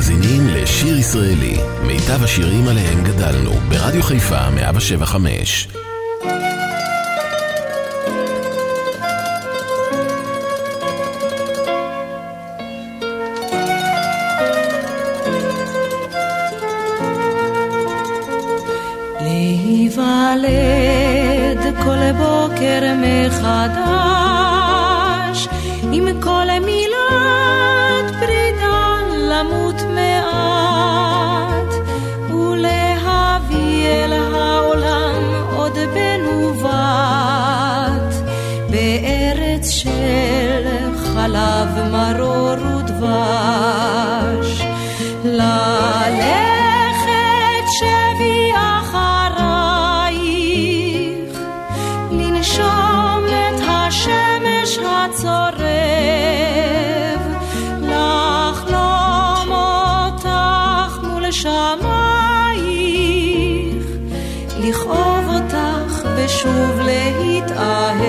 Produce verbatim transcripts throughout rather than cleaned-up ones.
מאזינים לשיר ישראלי, מיטב השירים עליהם גדלנו, ברדיו חיפה מאה שבע חמש. להיוולד כל בוקר מחדש עם כל מילת פרידה למות מעט ולהביא אל העולם עוד בן ובת בארץ של חלב מרור ודבש ללכת שבי אחרייך לנשום את השמש הצורב לחלום אותך מול שמייך לכאוב אותך ושוב להתאהב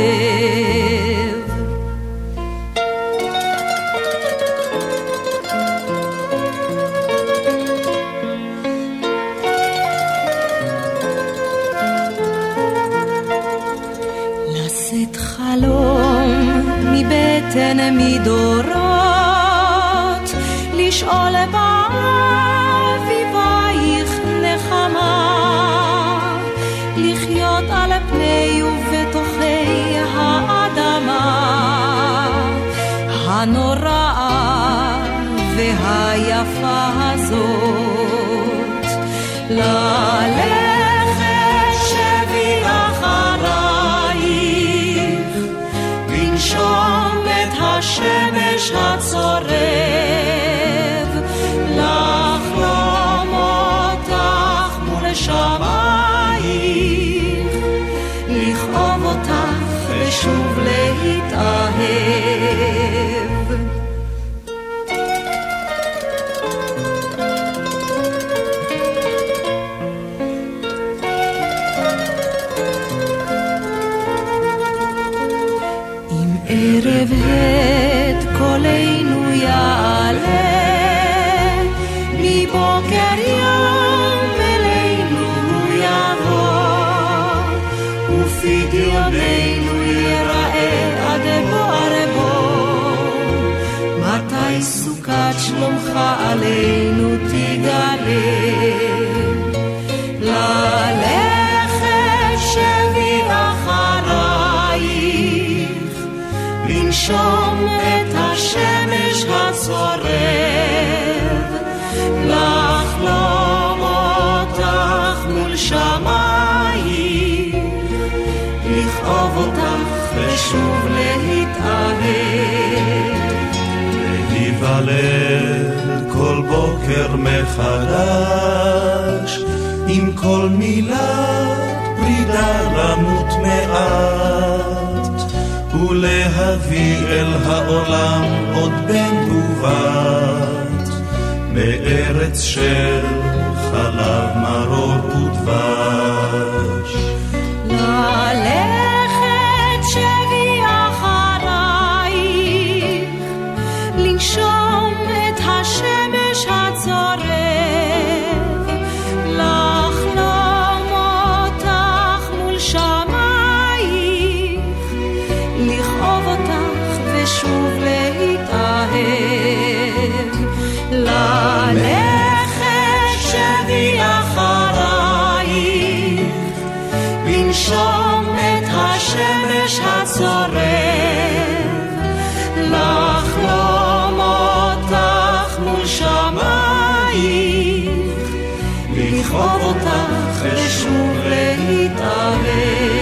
לשאת חלום מבטן מדורות לשאול באביבייך נחמה לחיות על פני ובתוכי האדמה הנוראה והיפה הזאת ללכת שבי אחרייך לנשום את השמש הצורב לחלום אותך מול שמייך לכאוב אותך ושוב להתאהב אם ערב את קולנו יעלה מבוקר יום אלינו יבוא ופדיוננו ייראה עד בוער בו מתי סוכת שלומך עלינו תגלה ללכת שבי אחרייך לנשום את השמש הצורב לחלום אותך מול שמייך לכאוב אותך ושוב להתאהב להיוולד כל בוקר מחדש עם כל מילת פרידה למות מעט ולהביא אל העולם עוד בן ובת בארץ של חלב מרור ודבש ללכת שבי אחרייך לנשום את השמש הצורב לחלום אותך מול שמייך לכאוב אותך ושוב להתאהב ללכת שבי אחרייך לנשום את השמש הצורב לחלום אותך מול שמייך לכאוב אותך ושוב להתאהב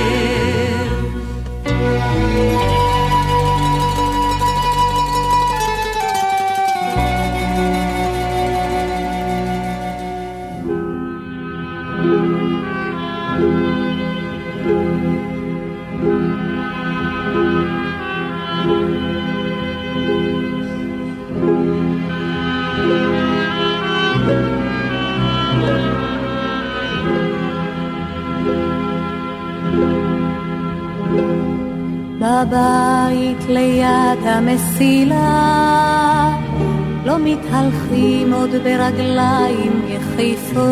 בבית ליד המסילה לא מתהלכים עוד ברגליים יחיפות,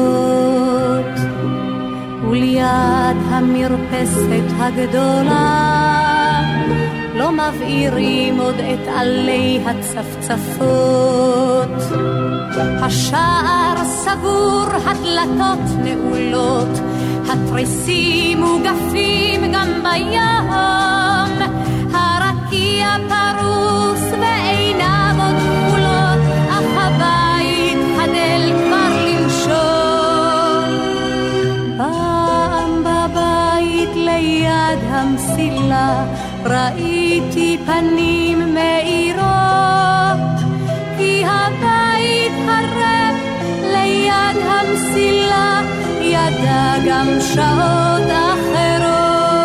וליד המרפסת הגדולה לא מבעירים עוד את עלי הצפצפות. השער סגור, הדלתות נעולות, התריסים מוגפים גם בים, הרקיע פרוס ועיניו עוד כחולות, אך הבית חדל כבר לנשום. פעם בבית ליד המסילה ראיתי פנים מאירות, כי הבית הרב ליד המסילה ידע גם שעות אחרות.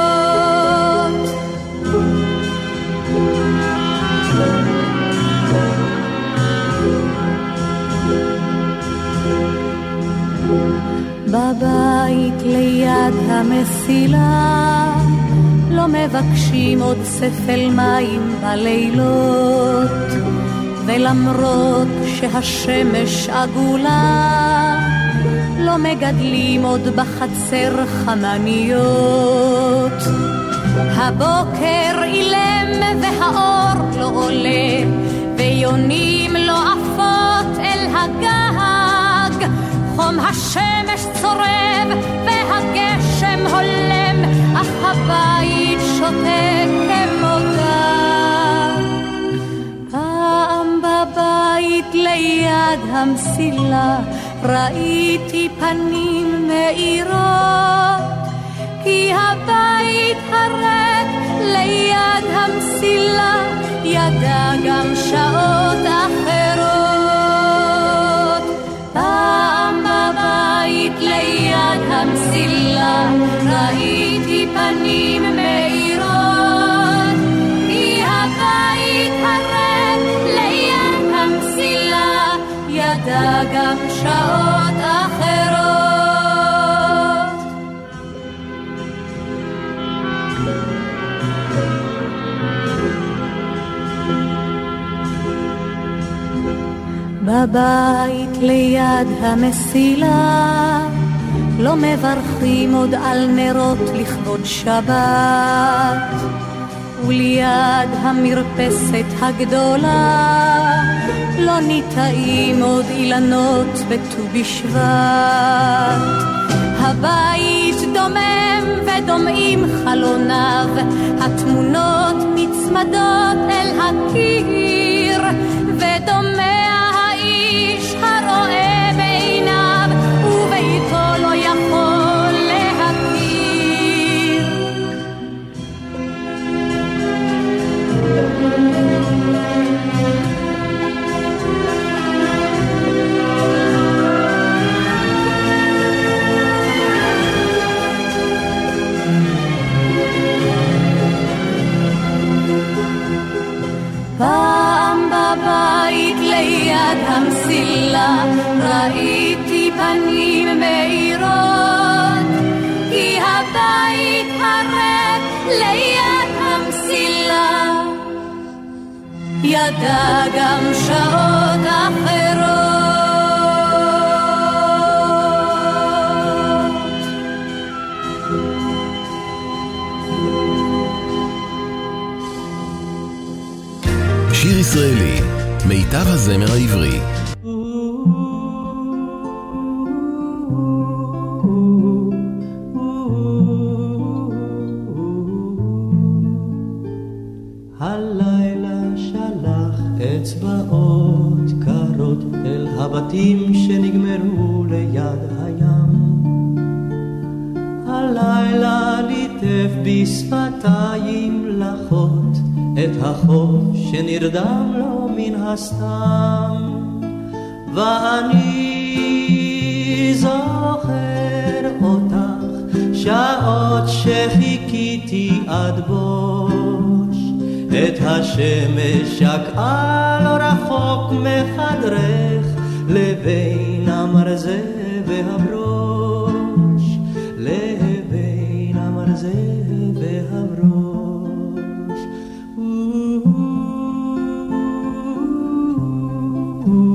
בבית ליד המסילה לא מבקשים עוד ספל מים בלילות, ולמרות שהשמש עגולה לא מגדלים עוד בחצר חמניות. הבוקר אילם והאור לא עולה, ויונים לא עפות אל הגג, חום השמש צורב והגשם הולם, אך הבית שותק כמותה. פעם בבית ליד המסילה ראיתי פנים מאירות, כי הבית הרד ליד המסילה ידע גם שעות אחרות. פעם בבית ליד המסילה ראיתי פנים מאירות, כי הבית הרד ליד המסילה ידע גם שעות אחרות. בבית ליד המסילה לא מברכים עוד על נרות לכבוד שבת, וליד המרפסת הגדולה לא ניטעים עוד אילנות בט"ו בשבט. הבית דומם ודומעים חלוניו, התמונות נצמדות אל הקיר, ודומע האיש הרואה בעיניו וביתו לא יכול להכיר. פעם בבית ליד המסילה ראיתי פנים מאירות, כי הבית הרד ליד המסילה ידע גם שעות אחרות. שיר ישראלי, מיטב הזמר העברי. הלילה שלח אצבעות קרות אל הבתים שנגמרו ליד הים. הלילה ליטף בשפתיים לחות את החוף שנרדם לו מן הסתם, ואני זוכר אותך שעות שחיכיתי עד בוש, את השמש שקעה לא רחוק מחדרך לבין המרזה והברוש, לבין המרזה והברוש. Ooh, ooh, ooh.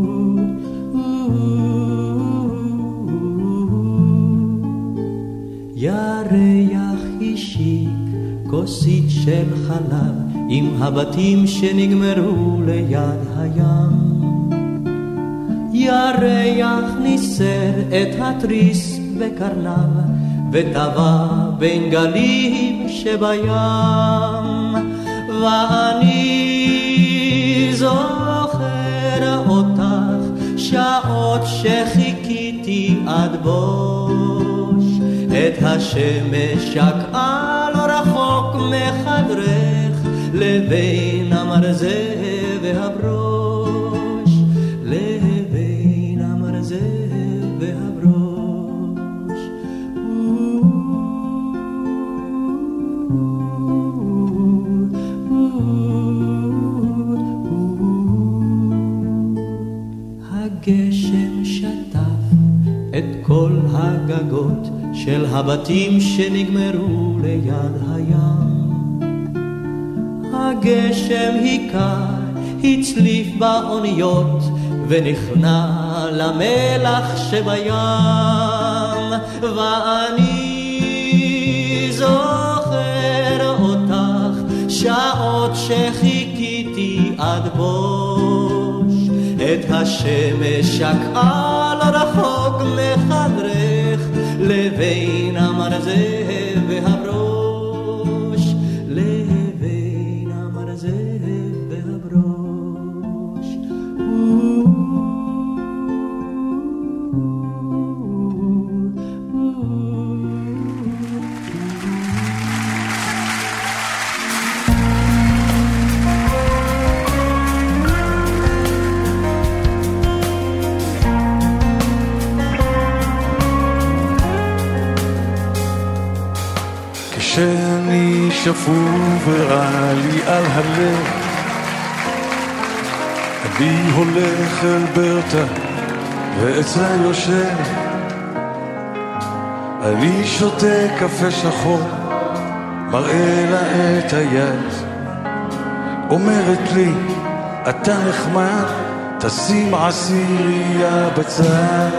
כוסית של חלב עם הבתים שנגמרו ליד הים. ירח ניסר את התריס בקרניו וטבע בין גלים שבים, ואני זוכר אותך שעות שחיכיתי עד בוש, את השמש שקעה לא רחוק מחדרך לבין המרזה והברוש, לבין המרזה והברוש. הגשם שטף את כל הגגות של הבתים שנגמרו ליד הים. הגשם היכה, הצליף באוניות ונכנע למלח שבים, ואני זוכר אותך שעות שחיכיתי עד בוש, את השמש שקעה לא רחוק מחדרך לבין המרזה והברוש, לבין המרזה והברוש. כשאני שפוף ורע לי על הלב, אני הולך אל ברטה ואצלה יושב, אני שותה קפה שחור, מראה לה את היד, אומרת לי אתה נחמד, תשים עשירייה בצד.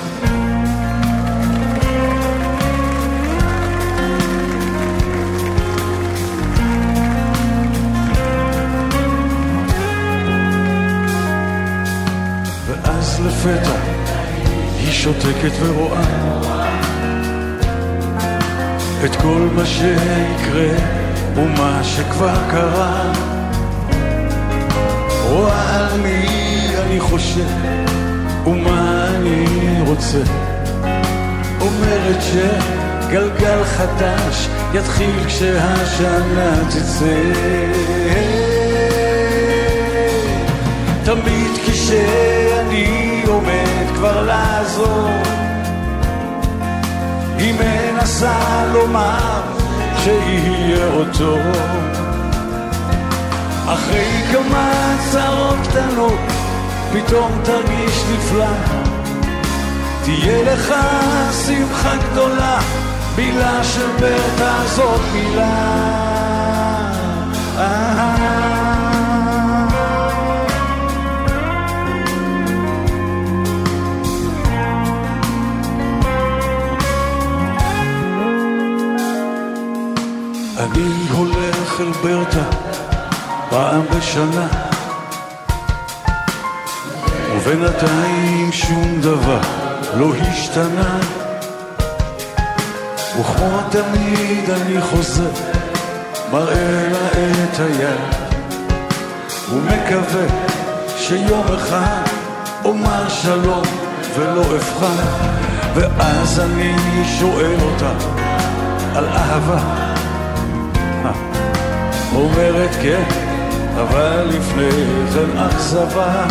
לפתע היא שותקת ורואה את כל מה שיקרה ומה שכבר קרה, רואה על מי אני חושב ומה אני רוצה, אומרת שגלגל חדש יתחיל כשהשנה תצא. תמיד כשאני עומד כבר לעזור, היא מנסה לומר שיהיה אותו, אחרי כמה צרות קטנות פתאום תרגיש נפלא, תהיה לך שמחה גדולה, מילה של ברטה זאת מילה. אני הולך אל ברטה פעם בשנה, ובינתיים שום דבר לא השתנה, וכמו תמיד אני חוזר, מראה לה את היד, ומקווה שיום אחד אומר שלום ולא אבחר, ואז אני שואל אותה על אהבה, אומרת כן, אבל לפני כן אכזבה,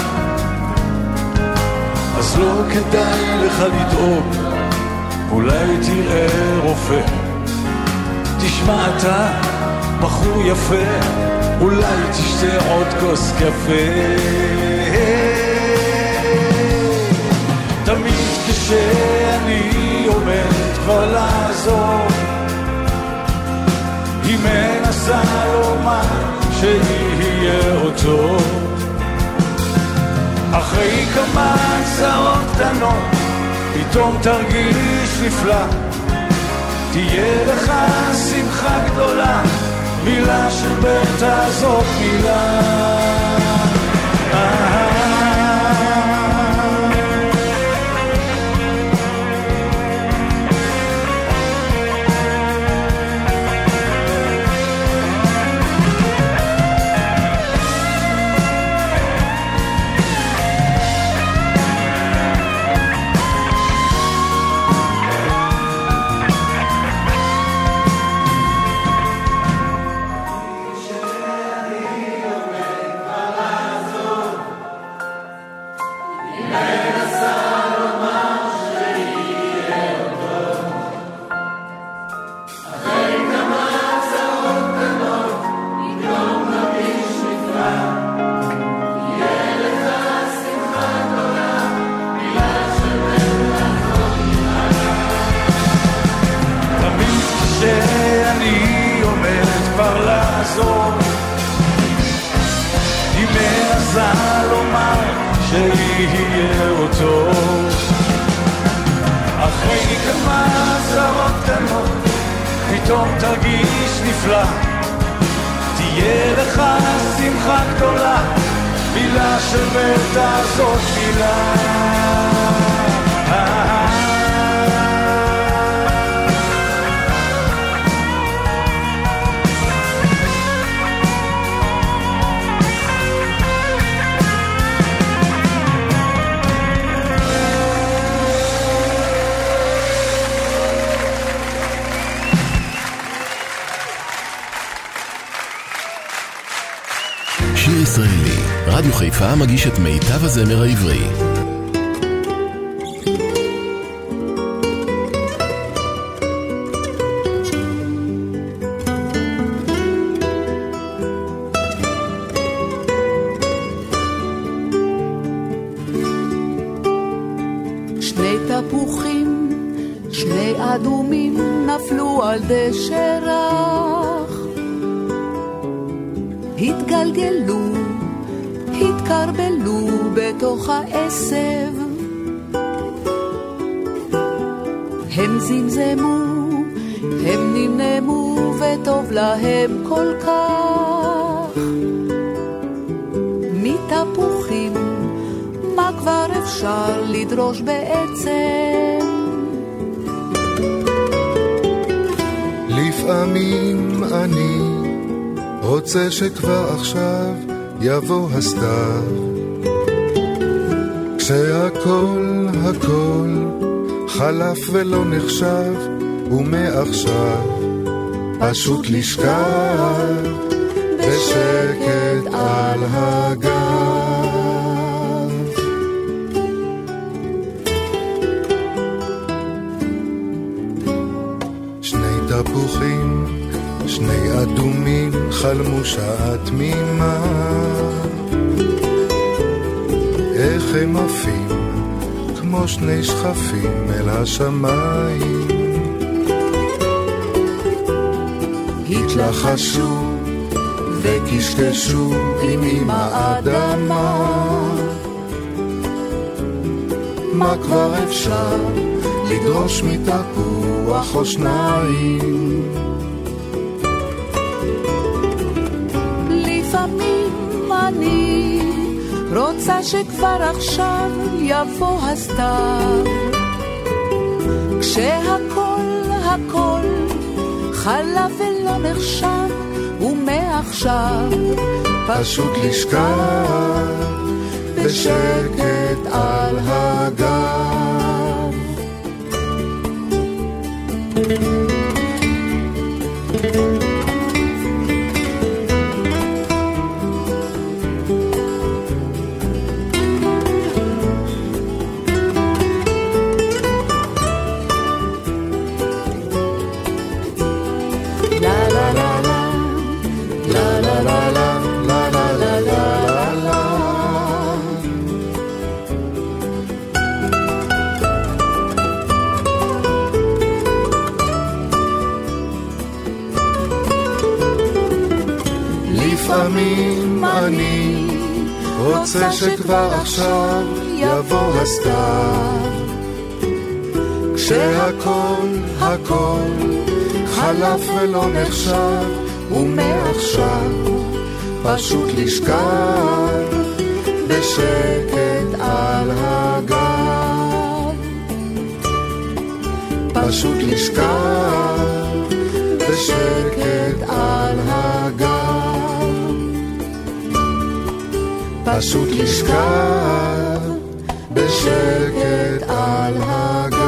אז לא כדאי לך לדאוג, אולי תראה רופא, תשמע אתה בחור יפה, אולי תשתה עוד כוס קפה. תמיד כשאני עומד כבר לעזור, היא מנסה לומר שיהיה אותו, אחרי כמה צרות קטנות פתאום תרגיש נפלא, תהיה לך שמחה גדולה, מילה שברטה זאת מילה. שיהיה אותו אחרי כמה צרות קטנות פתאום תרגיש נפלא תהיה לך שמחה גדולה מילה שברטה זאת מילה. שיר ישראלי, רדיו חיפה מגיש את מיטב הזמר העברי. שני תפוחים, שני אדומים נפלו על דשא רך, התגלגלו, התקרבלו בתוך העשב, הם זמזמו, הם נמנמו וטוב להם כל כך. מתפוחים מה כבר אפשר לדרוש בעצם? לפעמים אני רוצה שכבר עכשיו יבוא הסתיו, כשהכל הכל חלף ולא נחשב, ומעכשיו פשוט לשכב בשקט על הגב. שני תפוחים, שני אדומים חלמו שעה תמימה, איך הם עפים כמו שני שכפים אל השמיים, התלחשו וקשקשו עם האדמה, מה כבר אפשר לדרוש מתפוח או שניים? לפעמים אני רוצה שכבר עכשיו יבוא הסתיו, כשהכל הכל חלף ולא נחשב, ומעכשיו פשוט לשכב בשקט על הגב. לפעמים אני רוצה שכבר עכשיו יבוא הסתיו, כשהכל הכל חלף ולא נחשב, ומעכשיו פשוט לשכב בשקט על הגב, פשוט לשכב בשקט על הגב, פשוט לשכב בשקט על הגב.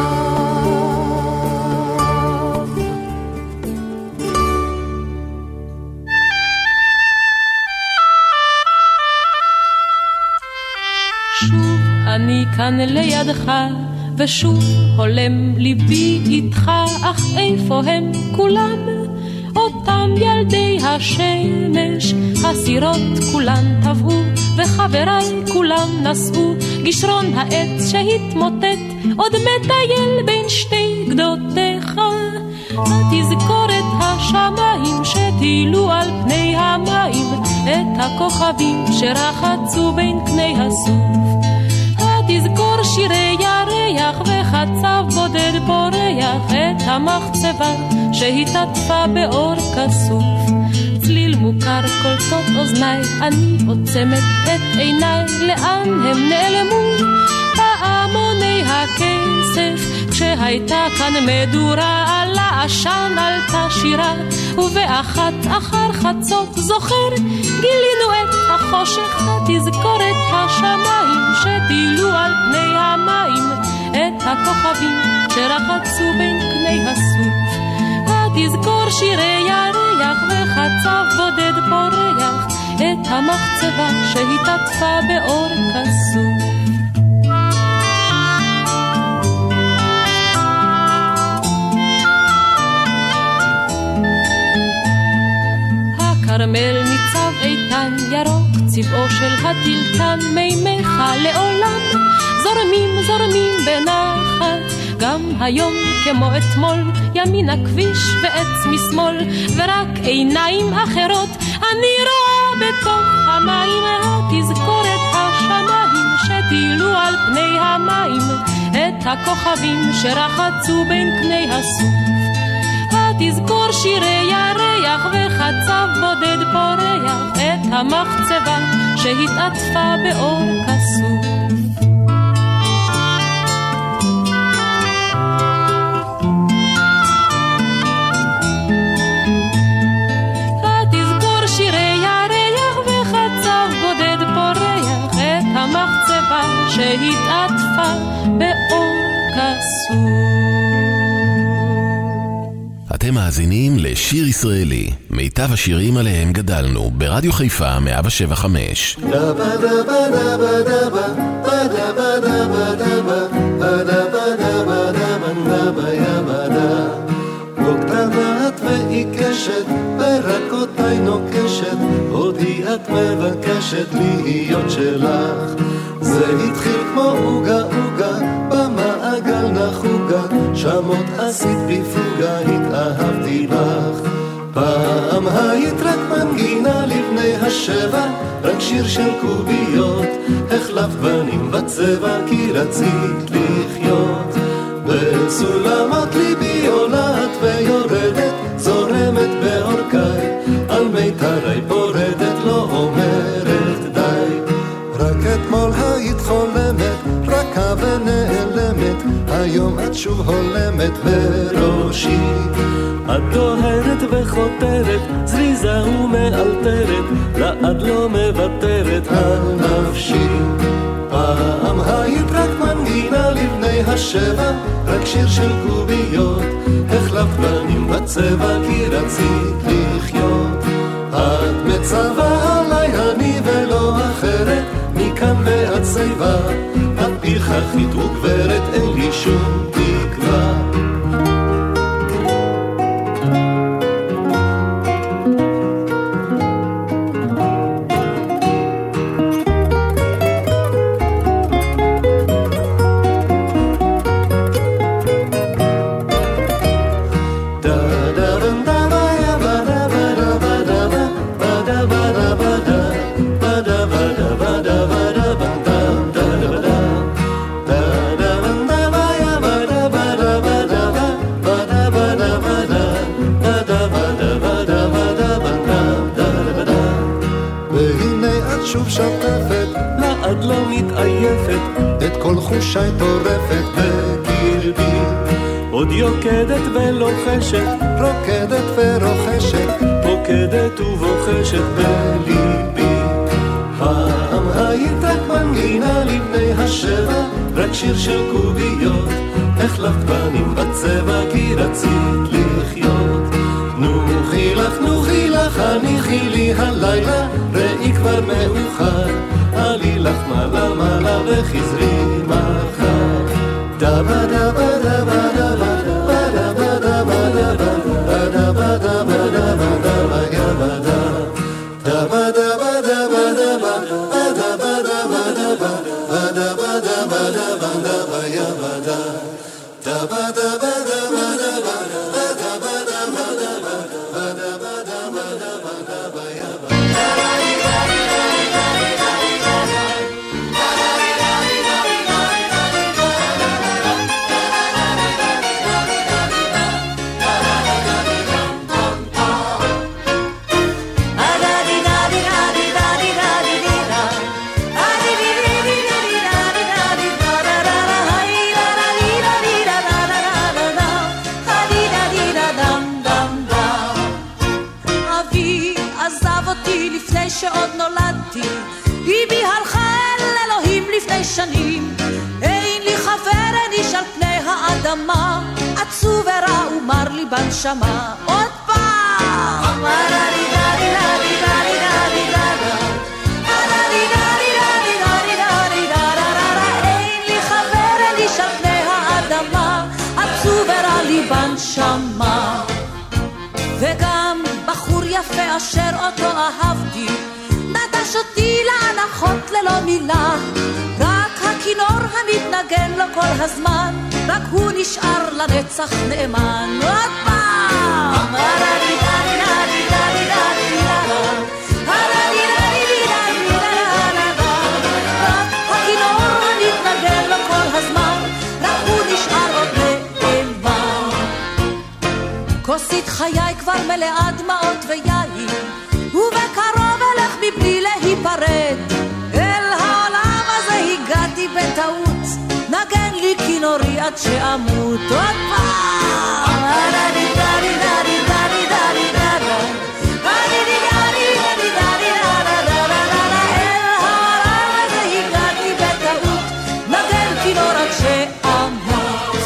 שוב אני כאן לידך, ושוב הולם ליבי איתך, אך איפה הם כולם? אותם ילדי השמש, הסירות כולן טבעו, וחבריי כולם נסעו, גשרון העץ שהתמוטט, עוד מטייל בין שתי גדותיך. תזכור את השמיים שטילו על פני המים, את הכוכבים שרחצו בין קני הסוף. תזכור שירי ירח וחצב בודד פורח, את המחצבה שהתעטפה באור כסוף. צליל מוכר קולטות אוזניי, אני עוצמת את עיניי, לאן הם נעלמו? פעמוני הכסף, כשהייתה כאן מדורה, על העשן עלתה שירה, ובאחת אחר חצות זוכר, גילינו את החושך. תזכור את השמיים שטילו על פני המים, את הכוכבים שרחצו בין קני הסוף. תזכור שירי ירח וחצב בודד פורח, את המחצבה שהתעטפה באור כסוף. הכרמל ניצב איתן, ירוק צבעו של הטלטן, מימיך לעולם זורמים זורמים בנחת, גם היום כמו אתמול, ימין הכביש ועץ משמאל, ורק עיניים אחרות אני רואה בתוך המים. תזכור את השמיים שטילו על פני המים, את הכוכבים שרחצו בין קני הסוף. תזכור שירי ירח וחצב בודד פורח, את המחצבה שהתעטפה באור כסוף. תזכור שירי ירח וחצב בודד פורח, את המחצבה שהתעטפה באור כסוף. אתם מאזינים לשיר ישראלי, מיטב השירים עליהם גדלנו, ברדיו חיפה מאה שבע חמש. קטנת ועיקשת, ברקותיי נוקשת, הודי את מבקשת להיות שלך. זה התחיל כמו אוגה אוגה, במעגל נחוגה, שמות עשית בפוגה, התאהבתי לך. פעם היית רק מנגינה לבני השבע, רק שיר של קוביות, החלפת בנים בצבע כי רצית לחיות. בסולמות ליבי עולת ויורדת, זורמת באורכי, על מיתרי פורדת, לא אומרת די. רק אתמול היית חולמת, רכה ונעלמת, היום את שוב הולמת בראשי. את דוהרת וחותרת, זריזה ומאלתרת, לעד לא מוותרת על נפשי. פעם היית רק מנגינה לבני השבע, רק שיר של קוביות, החלפת בנים בצבע כי רצית לחיות. את מצווה עליי אני ולא אחרת, מכאן ועד שיבה, את פרחחית וגברת, אין לי שום תקווה. שי טורפת בקרבי, עוד יוקדת ולוחשת, רוקדת ורוחשת, פוקדת ובוחשת בליבי. פעם היית רק מנגינה לפני השבע, רק שיר של קוביות, החלפת פנים בצבע כי רצית לחיות. נוחי לך, נוחי לך, הניחי לי הלילה, ראי כבר מאוחר, עלי לך מעלה מעלה וחזרי מחר. דבה דבה דבה דבה דבה דבה דבה דבה דבה דבה דבה יבדה דבה דבה דבה דבה דבה דבה דבה דבה דבה דבה דבה יבדה דבה דבה דבה דבה שעוד נולדתי, ביבי הלכה אל אלוהים לפני שנים. אין לי חבר איש על פני האדמה, עצוב ורע ומר לי בנשמה. עוד פעם אין לי חבר איש על פני האדמה, עצוב ורע לי בנשמה. וגם בחור יפה אשר אותו אהבתי, נטש אותי להנחות ללא מילה. רק הכינור המתנגן לו כל הזמן, רק הוא נשאר לנצח נאמן. עוד פעם רק הכינור המתנגן לו כל הזמן, רק הוא נשאר עוד נאמן. כוסית חיי כבר מלאה דמעות ויין, ובקרוב אלך מבלי להיפרד. אל העולם הזה הגעתי בטעות, נגן לי כינורי עד שאמות. עוד פעם אל העולם הזה הגעתי בטעות, נגן כינור עד שאמות.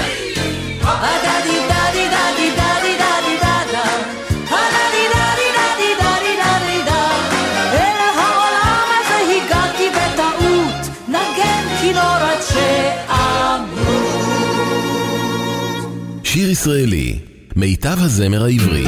דדי דדי דדי דדי דדי דדה דדי דדי דדי דדי דדי דה. אל העולם הזה הגעתי בטעות, נגן כינור עד שאמות. שיר ישראלי, מיטב הזמר העברי.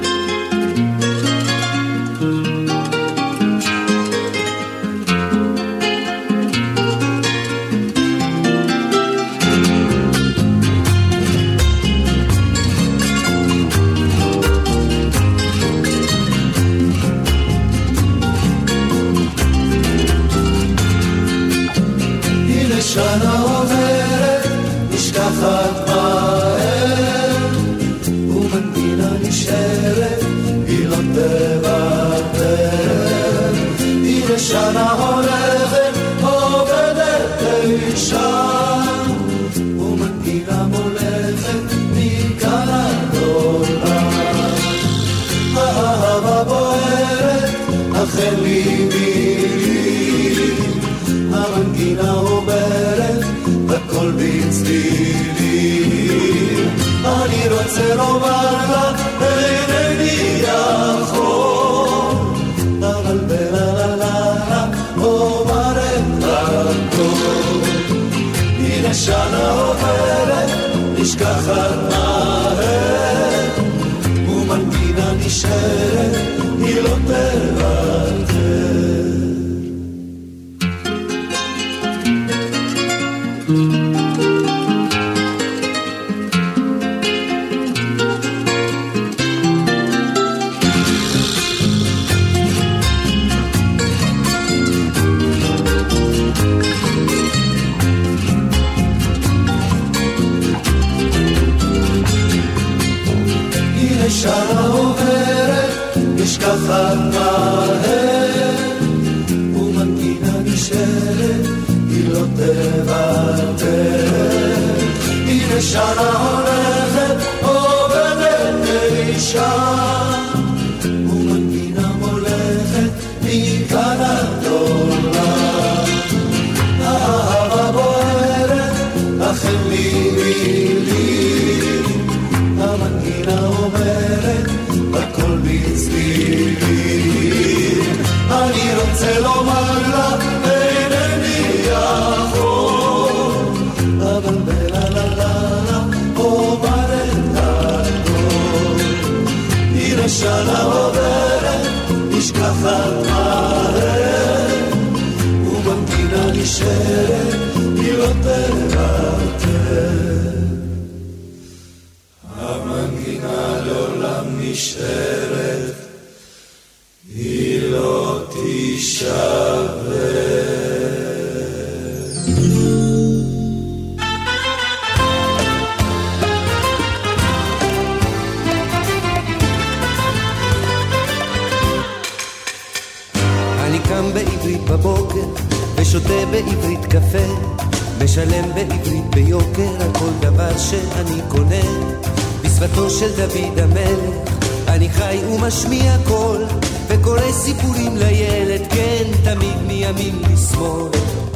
שנה עוברת, נשכחת מהר, ומנגינה נשארת, היא לא תוותר. הנה שנה הולכת, עובדת אישה, ומנגינה מולכת, מכאן עד עולם. האהבה בוערת, אכן ליבי, המנגינה אומרת בכל בצלילים. אני רוצה לומר לך אינני יכול, אבל בלללה אומר את הכל. הנה שנה עוברת, נשכחת מהר, ומנגינה נשארת, היא לא תוותר. שנה עוברת, נשכחת מהר, ומנגינה נשארת, היא לא תוותר. שנה הולכת עובדת אלישה ומנגינה מולכת מכאן עד עולם האהבה בוערת החל ממילים המנגינה אומרת הכל בצלילים אני רוצה לומר לה אינני יכול אבל בלללה אומר את הכל נראה שנה עוברת נשכחת מהר ומנגינה נשארת היא לא תוותר המנגינה לעולם נשארת היא לא תישבר אני קם בעברית בבוקר ושותה בעברית קפה משלם בעברית ביוקר על כל דבר שאני קונה בשפתו של דוד המלך אני חי ומשמיע קול וקורא סיפורים לילד כן תמיד מימין לשמאל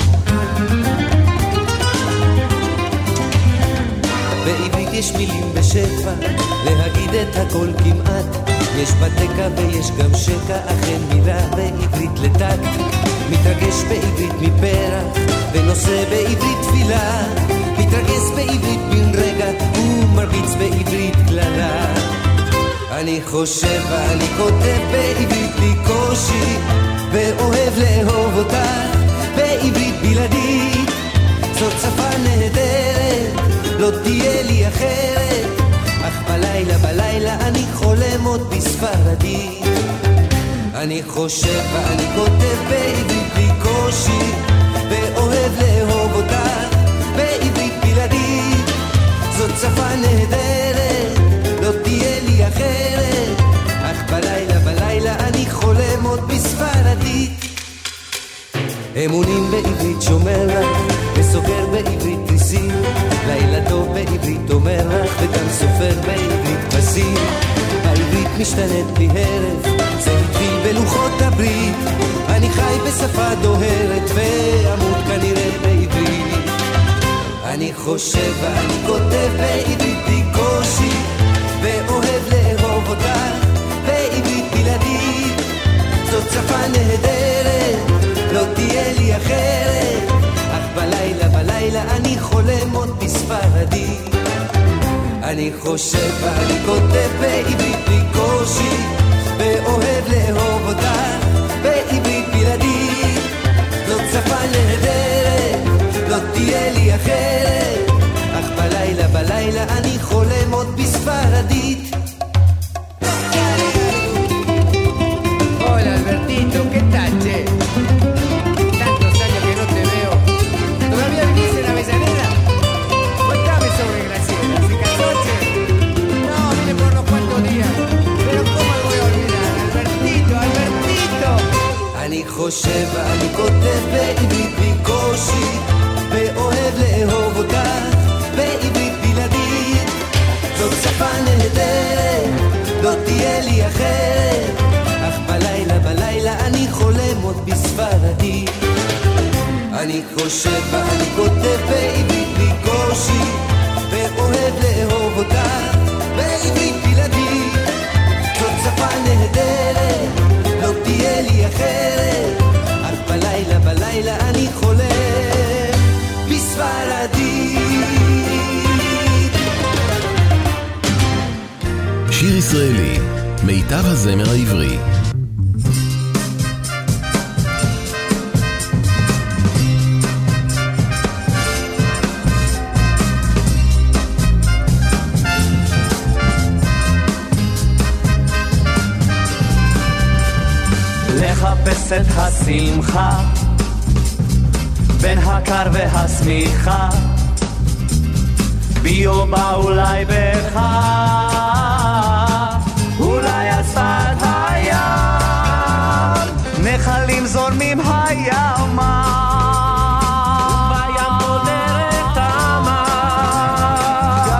בעברית יש מילים בשפע להגיד את הכל כמעט יש בתקה ויש גם שקע אכן מילה בעברית לטק מתרגש בעברית מפרח ונושא בעברית תפילה מתרגש בעברית בן רגע ומרביץ בעברית כללה אני חושב ואני כותב בעברית לי קושי ואוהב לאהוב אותך בעברית בלעדית זאת שפה נהדרת לא תהיה לי אחרת אך בלילה בלילה אני חולם עוד בספרדית אני חושב ואני כותב בעברית לי קושי ואוהב לאהוב אותך בעברית בלעדית זאת שפה נהדרת לא תהיה לי אחרת אך בלילה בלילה אני חולם עוד בספרדית אמונים בעברית שומר לך וסוגר בעברית תריסים לילה טוב בעברית אומר לך וגם סופר בעברית כבשים העברית משתנית בלי הרף זה התחיל בלוחות הברית אני חי בשפה דוהרת ועמוד כנראה בעברית אני חושב ואני כותב בעברית בלי קושי ואוהב לאהוב אותך בעברית בלעדית זאת שפה נהדרת לא תהיה לי אחרת אך בלילה בלילה אני חולם עוד בספרדית אני חושב ואני כותב בעברית בלי קושי ואוהב לאהוב אותך בעברית בלעדית זאת שפה נהדרת לא תהיה לי אחרת אך בלילה בלילה אני חולם עוד בספרדית Hola Albertito, ¿qué tal, che? Tantos años que no te veo. ¿Todavía vivís en Avellaneda? Cuéntame sobre Graciela, ¿se casó, che? No, vine por unos cuantos días. Pero ¿cómo lo voy a olvidar? Albertito, Albertito. אני חושב ואני כותב בעברית בקושי ואוהב לאהוב אותך בעברית בלעדית זאת שפה נהדרת לא תהיה לי אחרת אך בלילה בלילה אני חולם עוד בספרדית אני חושב ואני כותב בעברית בקושי ואוהב לאהוב אותך בעברית בלעדית זאת שפה נהדרת לא תהיה לי אחרת אך בלילה בלילה אני חולם בספרדית שיר ישראלי, מיטב הזמר העברי. לחפש את השמחה בין הקר והשמיכה בי או בא אולי בך אולי על שפת הים נחלים זורמים הימה ובים בודרת תמה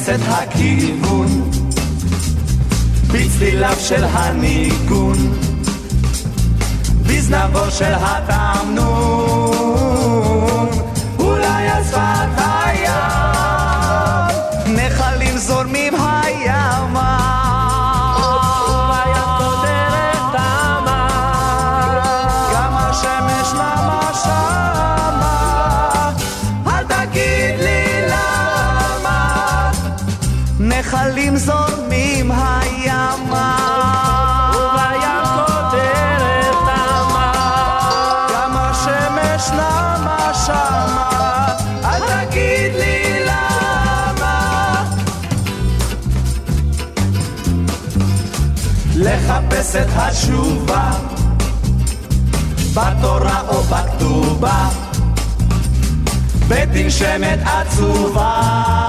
את הכיוון בצליליו של הניגון בזנבו של התמנון אולי על שפת הים נחלים זורמים הימה ובים קודרת תמה גם השמש נמה שמה אל תגיד לי למה נחלים זורמים הימה ובים קודרת תמה גם השמש נמה שמה אל תגיד לי למה לחפש את התשובה בתורה או בכתובה בדין שמת עצובה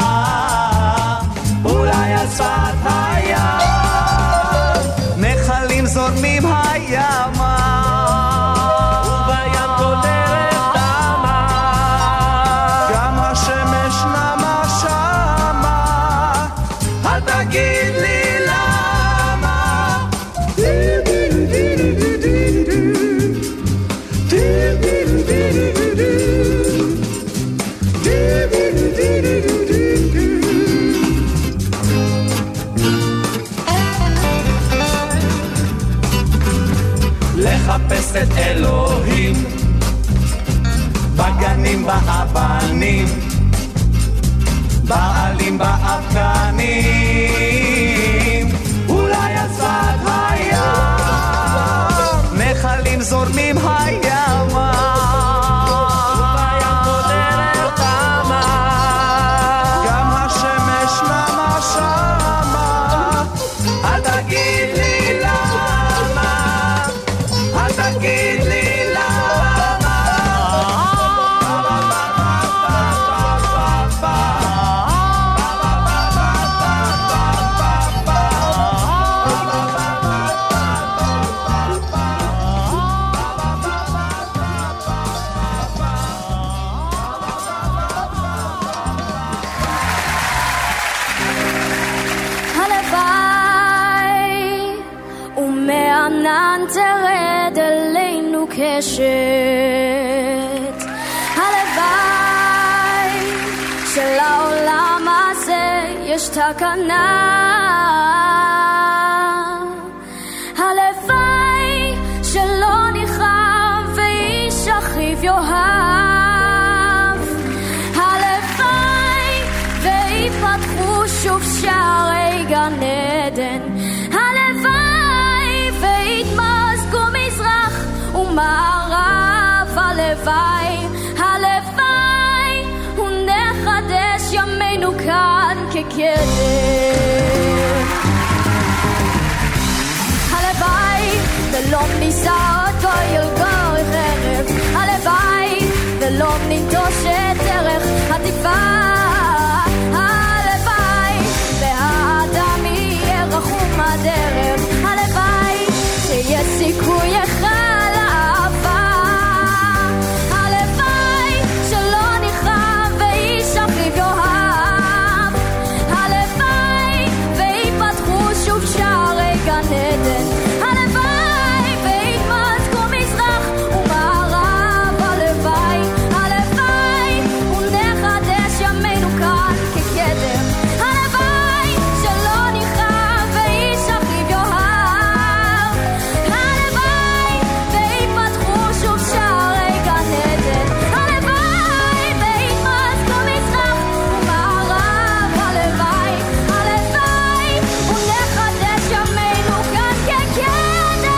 אולי על שפת הים נחלים זורמים הימה ובים קודרת תמה גם השמש נמה שמה אל תגיד לי למה לחפש את אלוהים בגנים באבנים בעלים באבקנים אולי על שפת הים נחלים זורמים הימה ובים קודרת תמה גם השמש נמה שמה אל תגיד לי למה אל תגיד לי למה הלוואי ומענן תרד אלינו קשת הלוואי שלעולם הזה יש תקנה הלוואי שלא נחרב ואיש אחיו יאהב הלוואי ויפתחו שוב שערי גן עדן הלוואי ויתמזגו מזרח ומערב הלוואי הלוואי ונחדש ימינו כאן כקדם הלוואי ולא נישא אותו ילגור חרב הלוואי ולא ניטוש את ערך התקווה הלוואי והאדם יהיה רחום הדרך הלוואי שיש סיכוי אחד לאהבה הלוואי שלא נחרב ואיש אחיו יאהב הלוואי ויפתחו שוב שערי גן עדן הלוואי ויתמזגו מזרח ומערב הלוואי הלוואי ונחדש ימינו כאן כקדם הלוואי שלא נחרב ואיש אחיו יאהב הלוואי ויפתחו שוב שערי גן עדן הלוואי ויתמזגו מזרח ומערב הלוואי הלוואי ונחדש ימינו כאן כקדם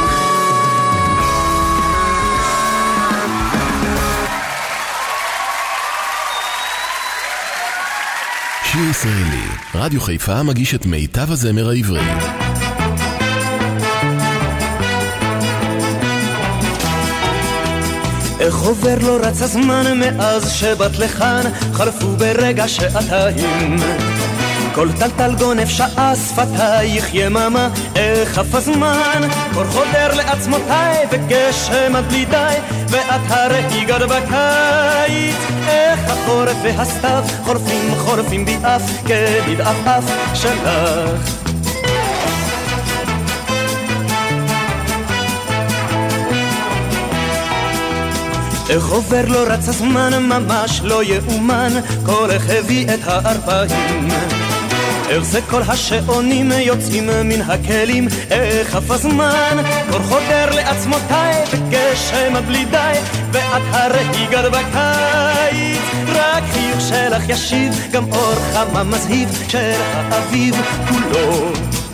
שיר ישראלי, רדיו חיפה מגיש את מיטב הזמר העברי. איך עובר לא רץ הזמן מאז שבאת לכאן חלפו ברגע שעתיים כל טלטל גונב שעה שפתייך יממה, איך אף הזמן קור חודר לעצמותיי וגשם עד בלי די, ואת הרי גר בקיץ, איך החורף והסתיו חורפים חורפים בי אף כדיד אף אף שלך. איך עובר לא רץ הזמן, ממש לא יאומן, כל איך הביא את הארבעים. איך זה כל השעונים יוצאים מן הכלים, איך אף הזמן קור חודר לעצמותיי וגשם עד בלי די, ואת הרי גר בקיץ, רק חיוך שלך ישיב, גם אור חמה מזהיב של האביב כולו.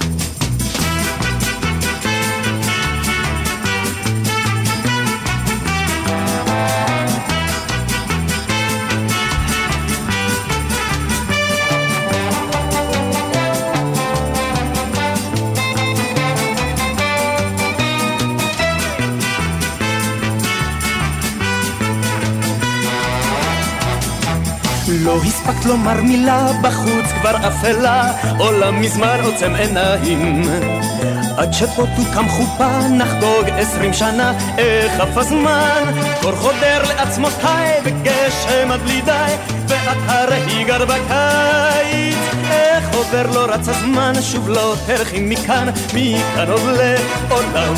לא הספקת לומר מילה, בחוץ כבר אפלה, עולם מזמן עוצם עיניים. עד שפה תוקם חופה, נחגוג עשרים שנה, איך אף הזמן קור חודר לעצמותיי וגשם עד בלי די, ואת הרי גר בקיץ, איך עובר לא רץ הזמן, שוב לא תלכי מכאן, מכאן עוד לעולם.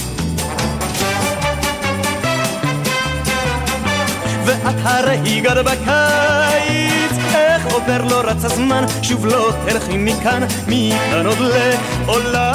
ואת הרי גר בקיץ, איך עובר לא רץ הזמן, שוב לא תלכי מכאן, מכאן עוד לעולם.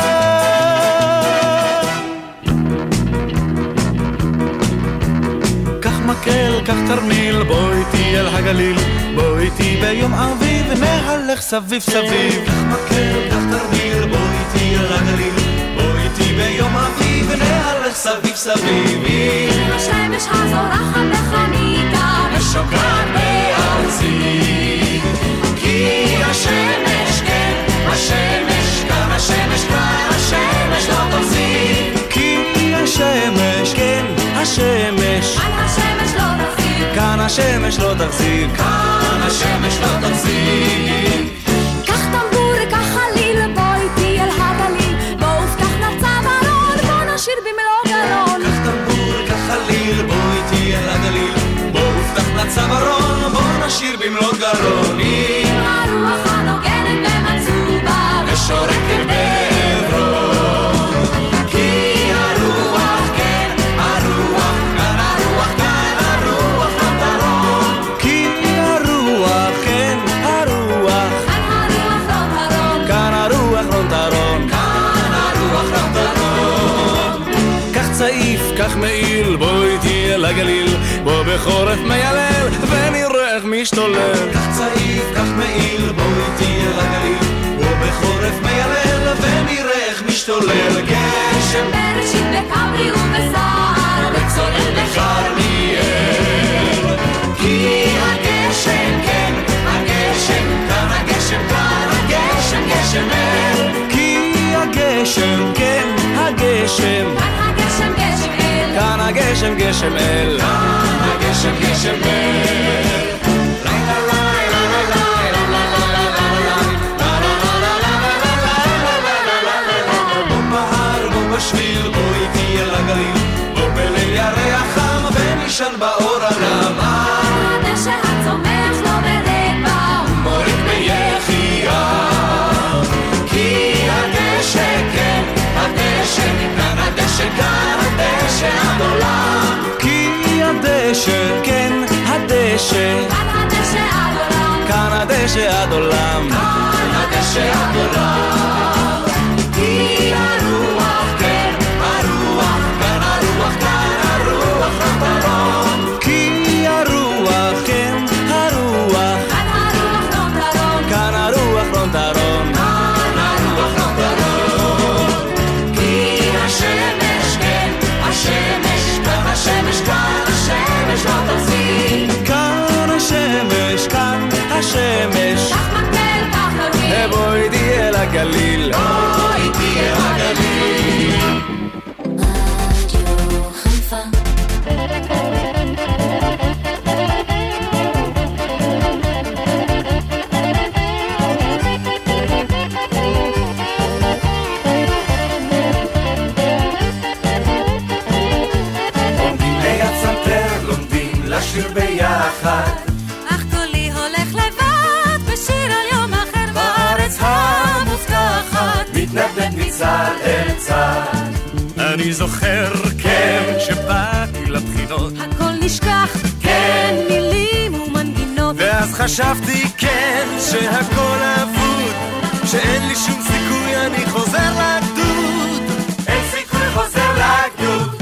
קח מקל, קח תרמיל, בוא איתי אל הגליל, בוא איתי ביום אביב, נהלך סביב סביב. קח מקל, קח תרמיל, בוא איתי אל הגליל, בוא איתי ביום אביב, נהלך סביב סביב. השמש הזורחת בחניקה ושוקעת בארצי, כי השמש כן, השמש כאן, השמש כאן, השמש לא תחזיר. כי השמש כן, השמש כאן השמש לא תחזיר, כאן השמש לא תחזיר, כאן השמש לא תחזיר. קח טמבור, קח חליל, בוא איתי אל הגליל, בוא ופתח לצווארון, בוא נשיר במלוא גרון. קח טמבור, קח חליל, בוא איתי אל הגליל, בוא ופתח לצווארון, בוא נשיר במלוא גרון. עם הרוח הנוגנת במצובה ושורקת בעברון, כי הרוח כן, הרוח כאן, הרוח כאן, הרוח נותרון. כי הרוח כן, הרוח כאן הרוח לא תרון, כאן הרוח לא תרון, כאן הרוח לא תרון. קח צעיף, קח מעיל, בוא איתי אל הגליל, בוא בחורף מיילל ונראה איך משתולל. קח צעיף, קח מעיל, בוא איתי אל הגליל, בוא בחורף מיילל ונראה איך משתולל. גשם בראשית בכברי ובסער וצולל בכרמיאל, כי הגשם כן, הגשם כאן, הגשם כאן, הגשם גשם אל. כי הגשם כן, הגשם כאן הגשם גשם אל, כאן הגשם גשם אל, כאן הגשם גשם אל. בשביל בוא איתי אל הגליל, בוא בליל ירח חם ונשען באור הנם. הדשא הצומח לא ברבע מוריד ביחייה, כי הדשא כן, הדשא כאן, הדשא כאן, הדשא עד עולם. כי הדשא כן, הדשא כאן הדשא עד עולם, כאן הדשא עד עולם, כאן הדשא עד עולם. כי הרוח כן, הרוח כאן, הרוח כאן, הרוח נותרון. כי הרוח כן, הרוח כאן הרוח לא תרון, כאן הרוח לא תרון, כאן הרוח נותרון. כי השמש כן, השמש כאן, השמש כאן, השמש לא תחזיר. כאן השמש, כאן השמש, קח מקל, קח תרמיל, בוא איתי אל הגליל, אני זוכר, כן, כשבאתי לבחינות הכל נשכח, כן, מילים ומנגינות. ואז חשבתי, כן, שהכל אבוד, שאין לי שום סיכוי, אני חוזר לגדוד. אין סיכוי, חוזר לגדוד.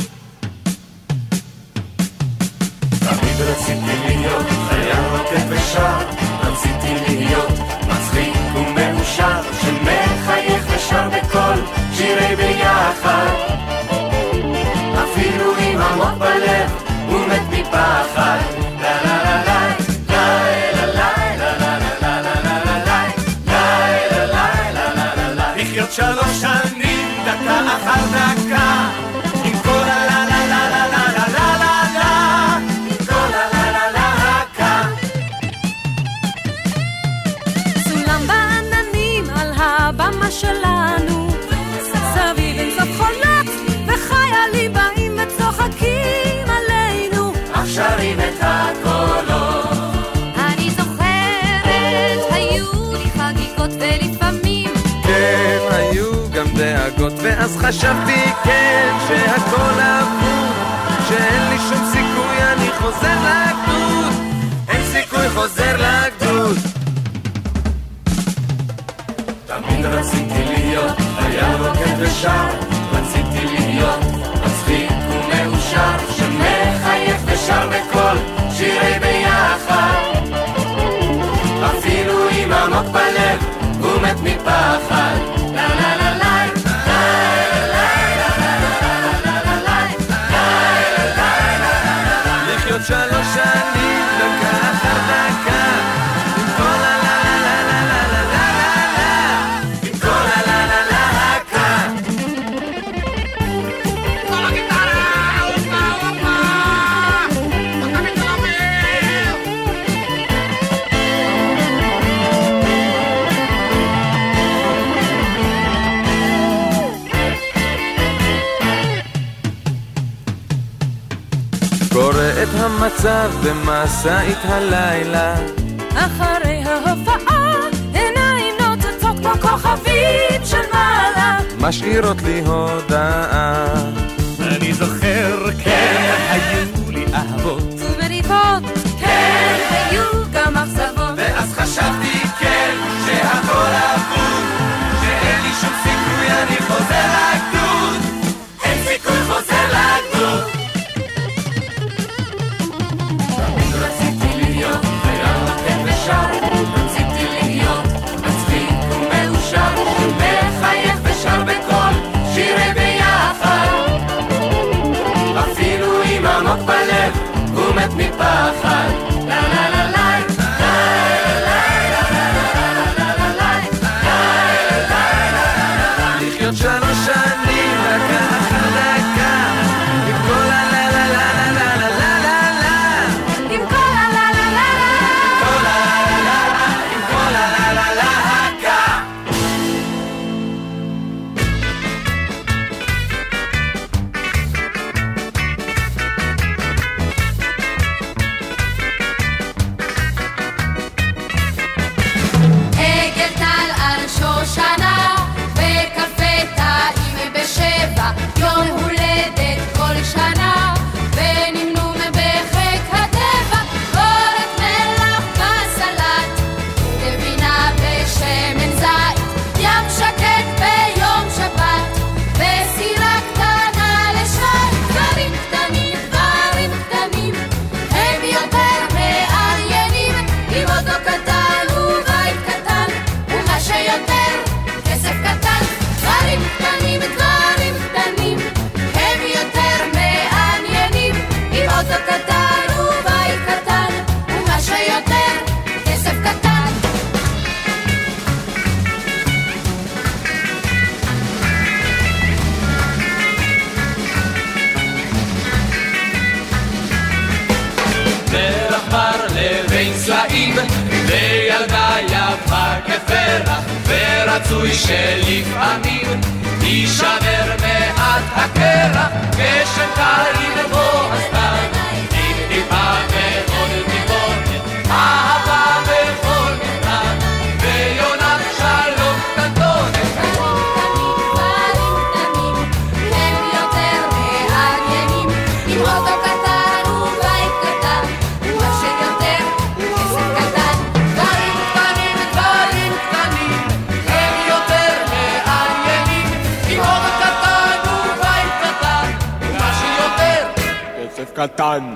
תמיד רציתי להיות חייל רוקד ושר, רציתי להיות מצחיק ומאושר, שמחייך ושר בכל שירי ביחד, אפילו עם עמוק בלב ומת מפחד. לה לה לה לה לה לה לה לה לה לה לה לה לה. לחיות שלוש שנים דקה אחר דקה עם כל הלה לה לה לה לה לה לה לה, עם כל הלה לה לה לה. סולם בעננים על הבמה שלנו, סביב אינסוף חולות וחיילים באים וצוחקים עלינו, אך שרים את הקולות. אני זוכרת, היו לי חגיגות ולפעמים כן, היו גם דאגות, ואז חשבתי, כן, שהכל אבוד, שאין לי שום סיכוי, אני חוזר לגדוד. אין סיכוי, חוזר לגדוד. תמיד רציתי להיות חייל רוקד ושר, רציתי להיות מצחיק ומאושר, שמחייך ושר בכל שירי ביחד, אפילו עם עמוק בלב ומת מפחד. לה לה לה לה לחיות שלוש שנים דקה אחר דקה עם כל הלה לה לה לה לה לה לה, עם כל הלה לה לה לה. כל הגיטרה אופה אופה אתה מתלמד. קורא את המצב במסעית הלילה, אחרי ההופעה עיניים נוצצות כמו כוכבים של מעלה, משאירות לי הודעה. אני זוכר, כן, היו לי אהבות ומריבות, כן, היו גם אכזבות, ואז חשבתי, כן, שהכל אבוד, שאין לי שום סיכוי, אני חוזר לגדוד. אין סיכוי, חוזר לגדוד. תמיד רציתי להיות חייל רוקד ושר, רציתי להיות מצחיק ומאושר, שמחייך ושר בכל שירי ביחד, אפילו עם עמוק בלב ומת מפחד. לה לה לה לה לחיות שלוש שנים דקה אחר דקה עם כל הלה לה לה לה לה לה לה לה, עם כל הלה לה לה לה, כל הלה לה לה, עם כל הלה לה לה. עגל טל על שושנה וקפה טעים בשבע, יום הולדת כל שנה ונמנום בחיק הטבע, קורת מלח בסלט גבינה בשמן זית, ים שקט ביום שבת וסירה קטנה לשם. דברים קטנים, דברים קטנים הם יותר מעניינים, עם אוטו קטן ובית קטן ומה שיותר כסף קטן. דברים קטנים, דברים קטנים הם יותר מעניינים, עם אוטו קטן ובית קטן ומה שיותר כסף קטן. פרח בר לבין סלעים וילדה יפה כפרח, ורצוי שלפעמים יישבר מעט הקרח, גשם קר ינבוא הסתיו עם טיפה ועוד טיפונת אהבה בכל מכתב, ויונת שלום קטנטונת. דברים קטנים הם יותר הקטן.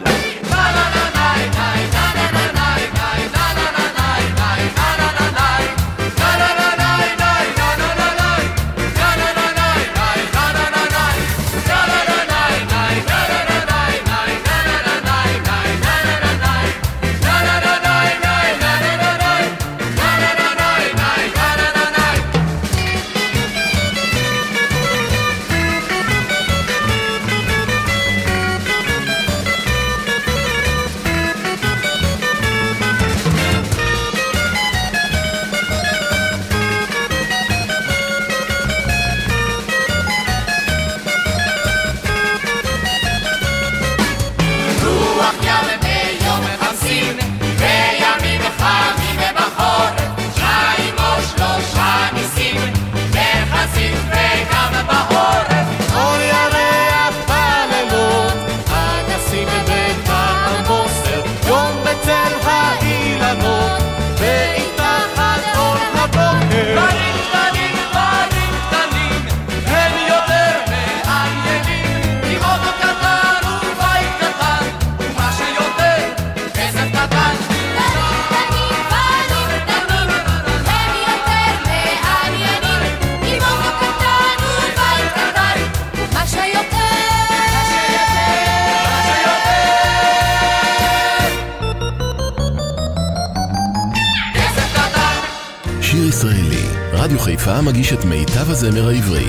רדיו חיפה מגיש את מיטב הזמר העברי.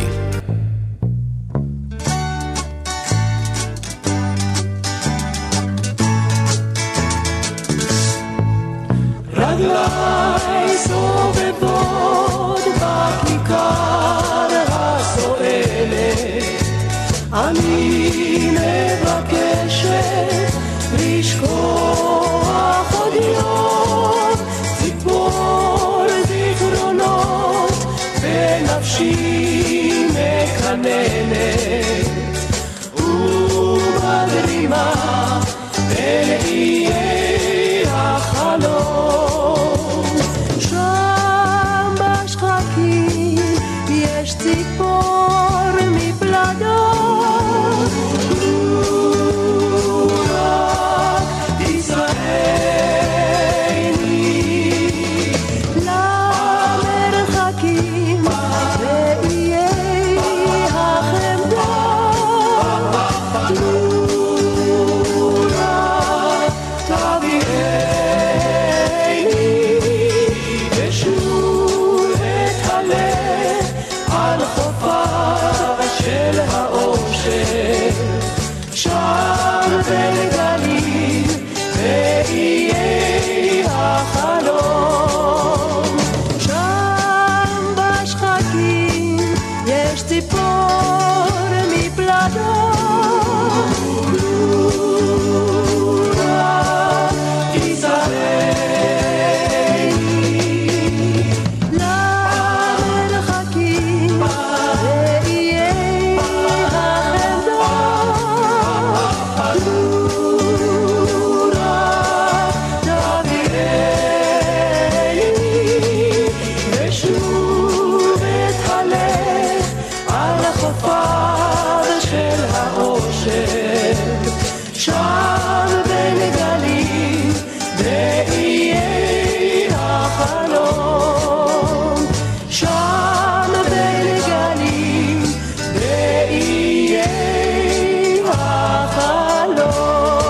רגליי סובבות בכיכר הסוערת, אני מבקשת לשכוח עוד יום, ציפור זיכרונות בנפשי מקננת, ובדרימה באיי החלום. שם בשחקים יש ציפור מפלדות, גבורה ישראלי למרחקים באיי החמדות, גבורה תביאני ושוב את הלב על חופיו של האושר, שם בגליל באיי החלום. שם בשחקים יש ציפור מפלדות, גבורה ישראלי למרחקים באיי החמדות, גבורה תביאני ושוב את הלב על חופיו של האושר, שם בין גלים באיי החלום, שם בין גלים באיי החלום.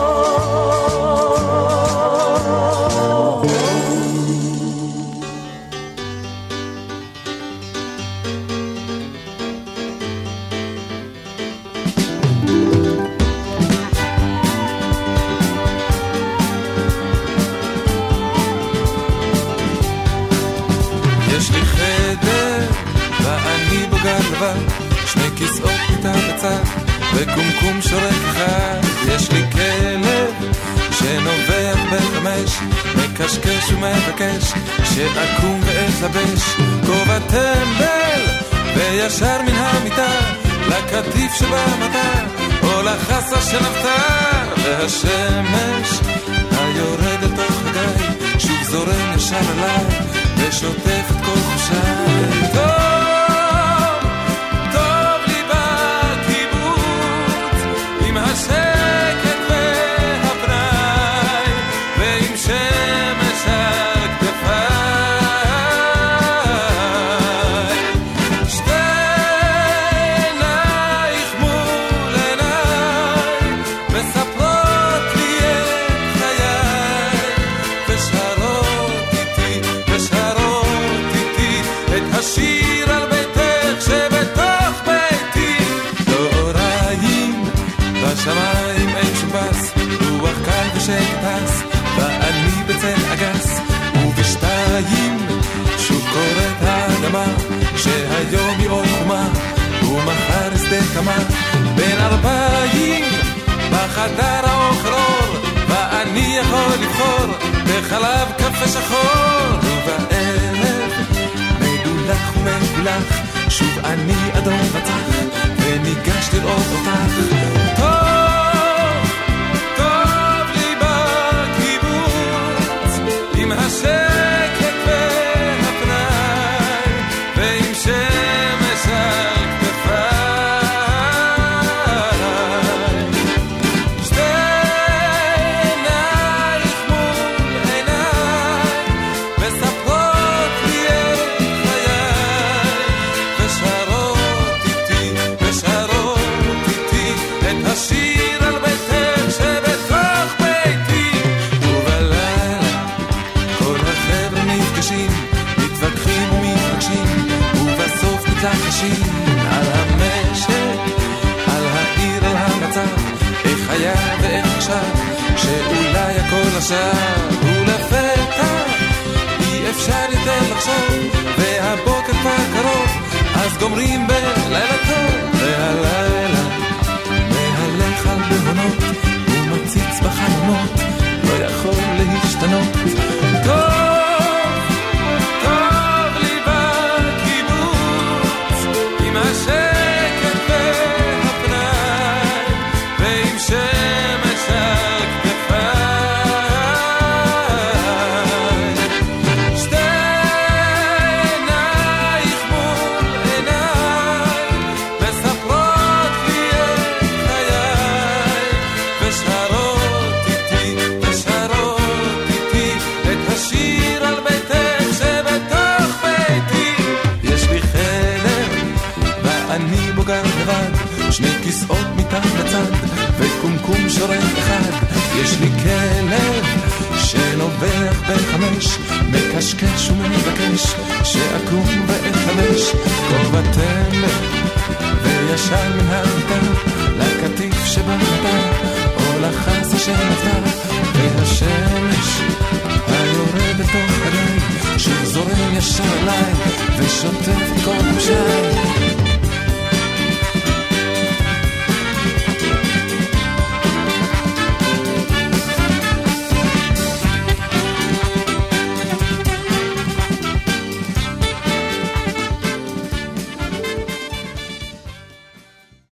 יש לי חדר ואני בוגד לבד, שני כיסאות מיטה בצד וקומקום שורק אחד. יש לי כלב שנובח בחמש, מקשקש ומבקש שאקום ואתלבש, כובע טמבל וישר מן המיטה לקטיף שבמטה או לחסה של אבטר, והשמש היורד אל תוך הגיא שוב זורם ישר עליי ושוטף את כל חושיי. טוב, טוב לי בקיבוץ עם השקט ו... שטס, ואני בצל אגס, ובשתיים שוב קוראת האדמה, שהיום היא עוד חומה, ומחר שדה כמה, בין ארבעים בחדר האוכרור, ואני יכול לבחור בחלב קפה שחור, ובערב מדולח ומגולח, שוב אני אדום וצח, וניגש לראות אותך. טוב, טוב לי בקיבוץ, עם השקט והפנאי, ועם שמש על כתפיי. שתי עינייך מול עיניי, מספרות לי את חיי, ושרות איתי, ושרות איתי, את השיר על ביתך שבתוך ביתי. ובלילה כל החבר'ה נפגשים, מתווכחים ומתרגשים, ובסוף מתלחשים על המשק, על העיר, על המצב, איך היה ואיך עכשיו, שאולי הכל עכשיו, ולפתע אי אפשר יותר לחשוב, והבוקר כבר קרוב, אז גומרים בלילה טוב. והלילה מהלך על בהונות, ומציץ בחלונות, לא יכול להשתנות. טוב, טוב לי בקיבוץ, עם השקט והפנאי, ועם שמש על כתפיי. שתי עינייך מול עיניי, מספרות לי את חיי, ושרות איתי, ושרות איתי, את השיר על ביתך שבתוך ביתי. יש לי חדר, ואני בו גר לבד, שני כיסאות מתחת לצד, וקומקום שורק אחד. יש לי כלב שנובח בחמש, מקשקש ומבקש שאקום ואחמש. כובע תמר וישר מן המיטה, לקטיף שבמיטה, או לחסה שנפתה, והשמש היורה בתוך הגיא, שוב זורם ישר עליי, ושוטף כל חושי.